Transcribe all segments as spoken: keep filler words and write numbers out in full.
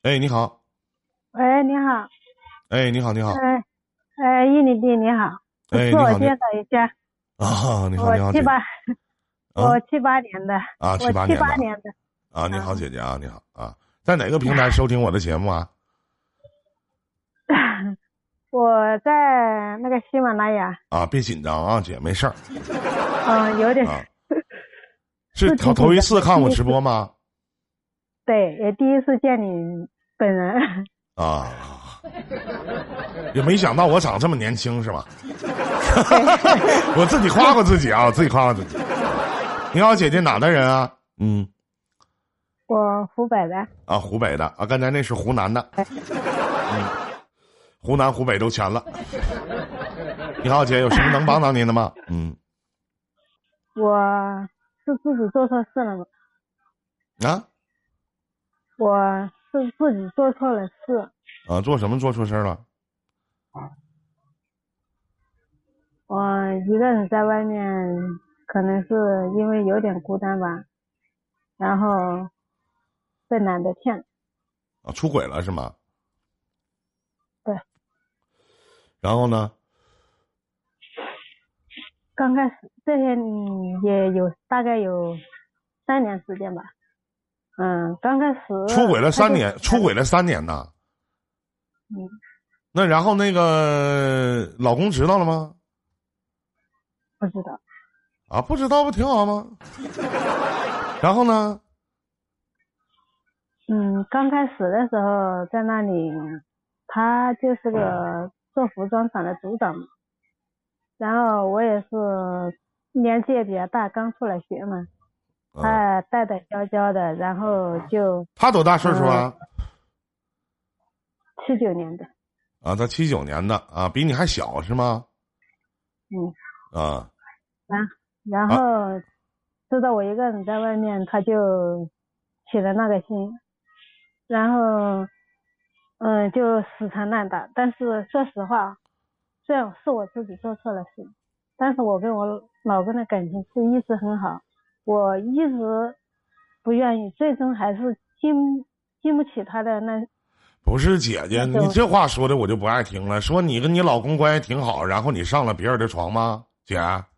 哎，你好。 喂，你好。 哎，你好，你好。 哎，哎，伊丽丽你好， 哎，你好，你自我介绍一下。 啊，你好， 我你好，姐姐。 七八， 啊我七八年的， 啊，七我七八年的八年的。 啊，你好， 啊， 姐姐啊，你好啊，在哪个平台收听我的节目啊？ 我在那个喜马拉雅。 啊，别紧张啊，姐，没事儿嗯，有点啊。是是头头一挺紧张的， 次看我直第一次。 播吗？ 对，也第一次见你本人。 啊，也没想到我长这么年轻，是吧？我自己夸过自己啊，我自己夸过自己。你好，姐姐，哪的人啊？嗯。 我湖北的。 啊，湖北的啊，刚才那是湖南的。嗯。湖南、湖北都全了。你好，姐，有什么能帮到您的吗？嗯。 我是自己做错事了吗？ 啊？ 我是自己做错了事。 啊，做什么做错事了？ 我一个人在外面，可能是因为有点孤单吧，然后被男的骗。 啊，出轨了是吗？ 对。 然后呢？ 刚开始这些嗯也有大概有三年时间吧。嗯，刚开始出轨了三年， 他就出轨了三年呐。 嗯， 那然后那个老公知道了吗？ 不知道。 啊，不知道不挺好吗？然后呢？ 嗯，刚开始的时候在那里，他就是个做服装厂的组长嘛，然后我也是年纪也比较大，刚出来学嘛， 啊， 他带带教教的，然后就他多大岁数嗯啊？ 七九年的。 啊，他七九年的啊，比你还小是吗？ 嗯， 啊然然啊后知道我一个人在外面，他就起了那个心，然后嗯就死缠烂打。但是说实话，虽然是我自己做错了事，但是我跟我老公的感情是一直很好，我一直不愿意，最终还是经经不起他的那不是姐姐， 那种。 你这话说的我就不爱听了。说你跟你老公关系挺好，然后你上了别人的床吗，姐？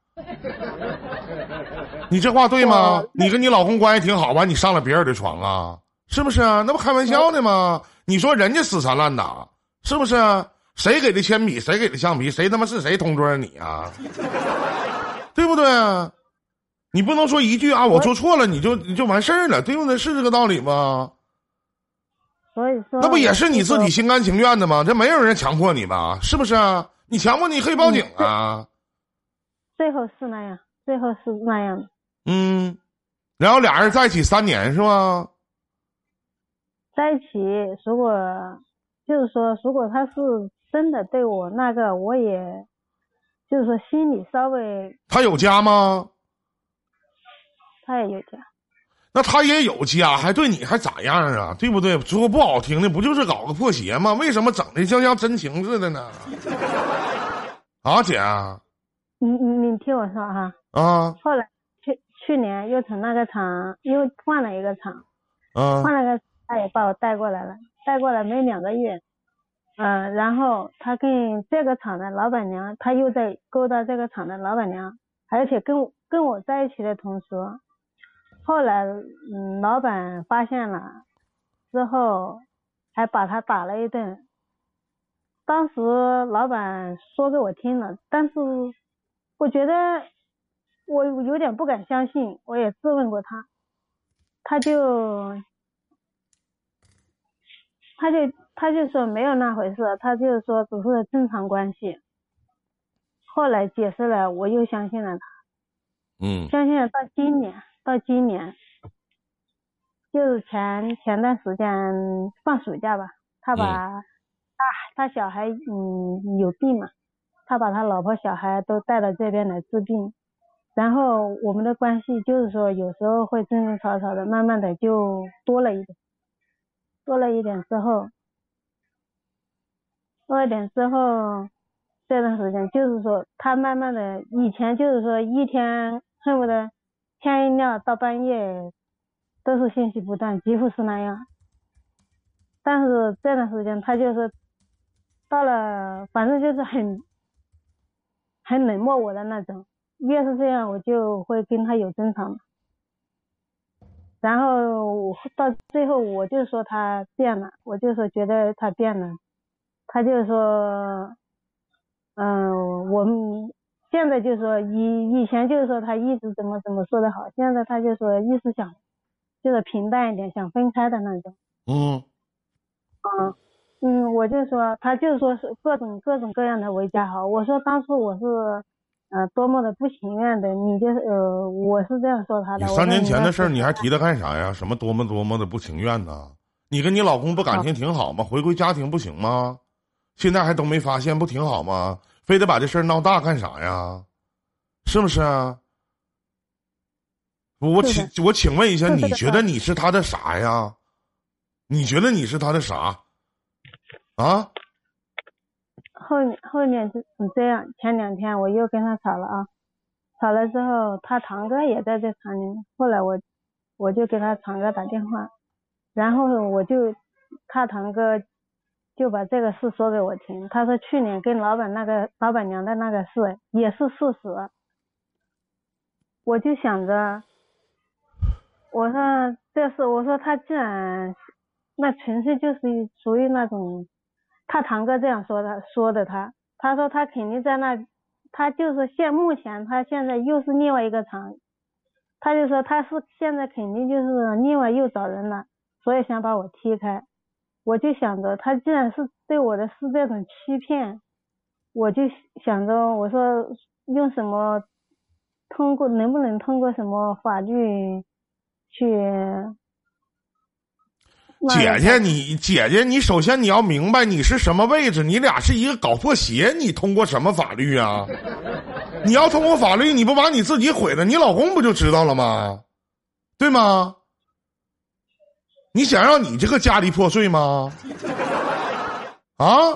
你这话对吗？ 我你跟你老公关系挺好吧？你上了别人的床啊？是不是啊？那不开玩笑呢吗？你说人家死缠烂打，是不是啊？谁给的铅笔？谁给的橡皮？谁他妈是谁同桌你啊？对不对啊？你不能说一句啊，我我做错了，你就你就完事儿了，对不对？是这个道理吗？ 所以说那不也是你自己我心甘情愿的吗？这没有人强迫你吧？是不是啊？你强迫你可以报警啊。 最后是那样，最后是那样的。 嗯，然后俩人在一起三年是吗？ 在一起，如果就是说，如果他是真的对我那个，我也就是说心里稍微。 他有家吗？ 他也有家。 那他也有家，还对你还咋样啊？对不对？说不好听的，不就是搞个破鞋吗？为什么整的像像真情似的呢？啊，姐啊。 你你你听我说哈。 啊后来去去年又从那个厂又换了一个厂， 啊换了个他也把我带过来了，带过来没两个月。嗯，然后他跟这个厂的老板娘，他又在勾搭这个厂的老板娘，而且跟我跟我在一起的同时，后来嗯老板发现了之后，还把他打了一顿。当时老板说给我听了，但是我觉得我有点不敢相信，我也质问过他，他就他就他就说没有那回事，他就说只是正常关系。后来解释了，我又相信了他。 嗯相信了到今年，到今年就是前前段时间放暑假吧，他嗯把他他小孩嗯有病嘛，他把他老婆小孩都带到这边来治病，然后我们的关系就是说有时候会争争吵吵的，慢慢的就多了一点，多了一点之后，多了一点之后，这段时间就是说他慢慢的，以前就是说一天恨不得天一亮到半夜都是信息不断，几乎是那样。 但是这段时间他就是到了，反正就是很很冷漠我的那种，越是这样我就会跟他有争吵嘛。然后到最后我就说他变了，我就说觉得他变了，他就说，嗯、呃，我们现在就说以以前就是说他一直怎么怎么说的好，现在他就说意思想就是平淡一点，想分开的那种。 嗯嗯嗯，我就说他就说是各种各种各样的为家好，我说当初我是呃多么的不情愿的，你就是呃我是这样说他的。 你三年前的事儿我说你你还提他干啥呀？什么多么多么的不情愿呢？你跟你老公不感情挺好吗？回归家庭不行吗？现在还都没发现，不挺好吗？非得把这事儿闹大干啥呀？是不是啊？我是请我请问一下， 是这个你觉得你是他的啥呀？你觉得你是他的啥？啊？ 后后面就这样，前两天我又跟他吵了啊，吵了之后他堂哥也在这场里，后来我我就给他堂哥打电话，然后我就他堂哥就把这个事说给我听，他说去年跟老板那个老板娘的那个事也是事实，我就想着，我说这事，我说他既然那纯粹就是属于那种，他堂哥这样说的说的他，他说他肯定在那，他就是现目前他现在又是另外一个厂，他就说他是现在肯定就是另外又找人了，所以想把我踢开。我就想着他既然是对我的是这种欺骗，我就想着我说用什么通过能不能通过什么法律去姐姐，你姐姐，你首先你要明白你是什么位置，你俩是一个搞破鞋，你通过什么法律啊？你要通过法律，你不把你自己毁了，你老公不就知道了吗？对吗？你想让你这个家里破碎吗？啊？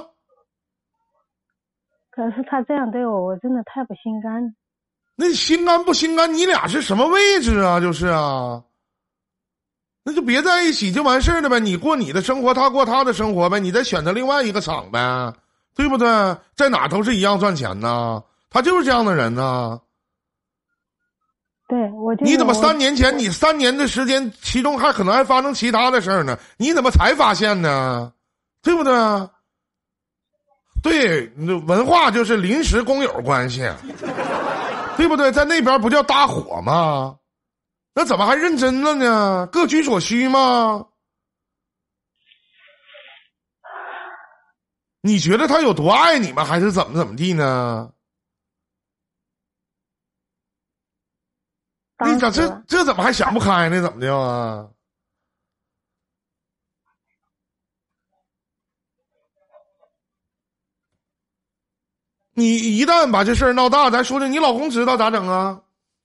可是他这样对我，我真的太不心甘了。 那心甘不心甘？你俩是什么位置啊？就是啊，那就别在一起就完事儿了呗。你过你的生活，他过他的生活呗。你再选择另外一个厂呗，对不对？在哪都是一样赚钱呢。他就是这样的人呢。 对，我就你怎么三年前你三年的时间，其中还可能还发生其他的事儿呢？你怎么才发现呢？对不对？对，文化就是临时工友关系，对不对？在那边不叫搭伙吗？那怎么还认真了呢？各取所需吗？你觉得他有多爱你吗？还是怎么怎么地呢？你咋这这怎么还想不开呢？怎么的啊？你一旦把这事儿闹大，咱说说你老公知道咋整啊？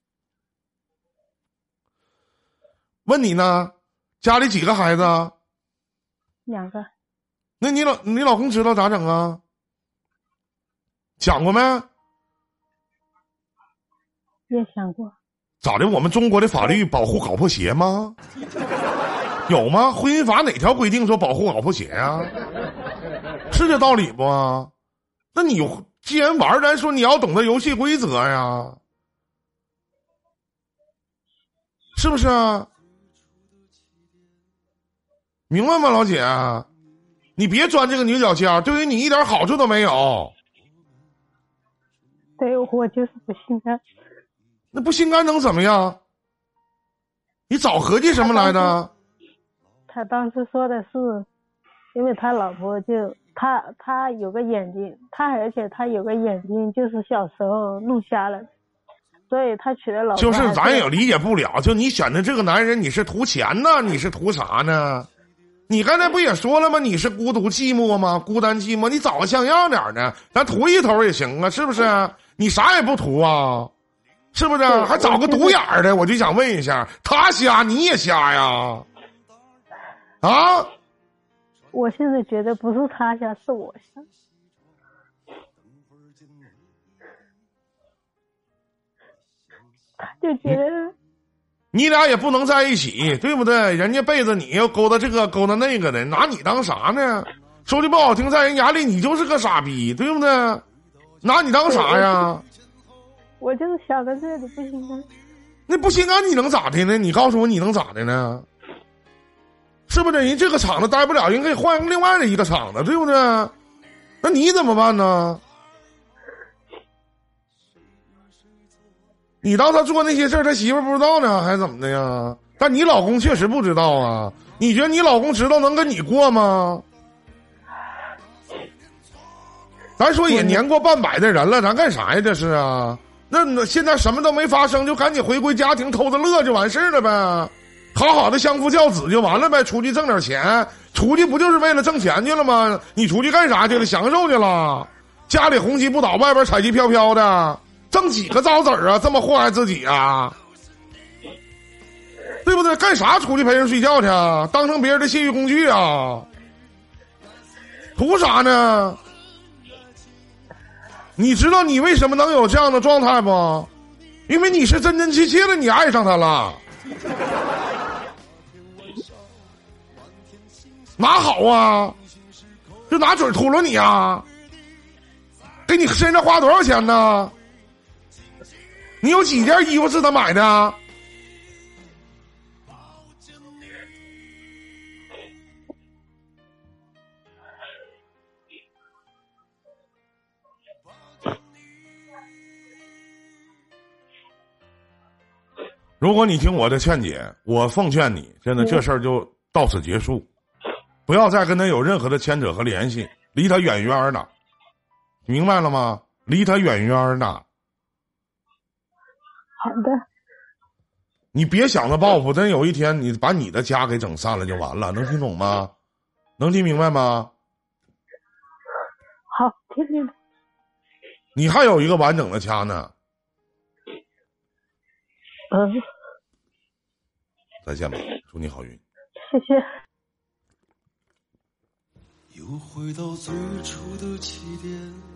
问你呢，家里几个孩子？ 两个。 那你老你老公知道咋整啊？讲过没？ 也想过。 咋的？我们中国的法律保护搞破鞋吗？有吗？婚姻法哪条规定说保护搞破鞋呀、啊？是这道理不？那你既然玩，咱说你要懂得游戏规则呀，是不是啊？明白吗，老姐？你别钻这个牛角尖，对于你一点好处都没有。 对，我就是不心甘。 那不心甘能怎么样？你早合计什么来的？ 他当时说的是，因为他老婆就他他有个眼睛，他而且他有个眼睛就是小时候弄瞎了，所以他娶了老婆。 就是咱也理解不了，就你选的这个男人，你是图钱呢，你是图啥呢？你刚才不也说了吗？你是孤独寂寞吗？孤单寂寞，你找个像样点的，咱图一头也行啊，是不是？你啥也不图啊？是不是？还找个独眼儿的？我就想问一下，他瞎你也瞎呀？啊！ 我现在觉得不是他瞎，是我瞎。他就觉得你俩也不能在一起，对不对？人家背着你又勾搭这个勾搭那个的，拿你当啥呢？说句不好听，在人眼里你就是个傻逼，对不对？拿你当啥呀？ 我就是想到这里不行啊。 那不行啊，你能咋的呢？你告诉我你能咋的呢？是不是人这个厂子待不了，人可以换另外的一个厂子，对不对？那你怎么办呢？你当他做那些事儿，他媳妇不知道呢，还是怎么的呀？但你老公确实不知道啊。你觉得你老公知道能跟你过吗？咱说也年过半百的人了，咱干啥呀？这是啊。那那现在什么都没发生，就赶紧回归家庭，偷着乐就完事儿了呗。好好的相夫教子就完了呗。出去挣点钱，出去不就是为了挣钱去了吗？你出去干啥去了？享受去了？家里红旗不倒，外边彩旗飘飘的。挣几个糟子儿啊？这么祸害自己啊？对不对？干啥出去陪人睡觉去啊？当成别人的泄欲工具啊？图啥呢？你知道你为什么能有这样的状态不？因为你是真真切切的你爱上他了。哪好啊？就拿嘴秃噜你啊？给你身上花多少钱呢？你有几件衣服是他买的？如果你听我的劝解，我奉劝你，现在这事儿就到此结束，不要再跟他有任何的牵扯和联系，离他远远的，明白了吗？离他远远的。 好的。 你别想着报复，真有一天你把你的家给整散了就完了，能听懂吗？能听明白吗？ 好，听明白。 你还有一个完整的家呢。 嗯。 再见吧，祝你好运。 谢谢。 又回到最初的起点。